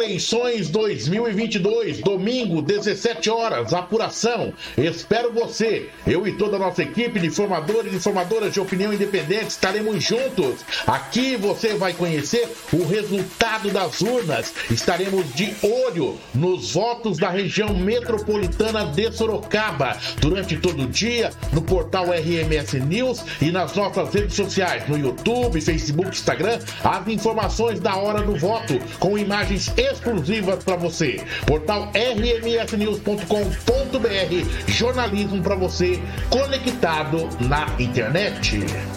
Eleições 2022, domingo, 17 horas, apuração. Espero você. Eu e toda a nossa equipe de formadores e formadoras de opinião independente estaremos juntos. Aqui você vai conhecer o resultado das urnas. Estaremos de olho nos votos da região metropolitana de Sorocaba durante todo o dia no portal RMS News e nas nossas redes sociais, no YouTube, Facebook, Instagram, as informações da hora do voto com imagens exclusivas para você. Portal rmsnews.com.br, jornalismo para você conectado na internet.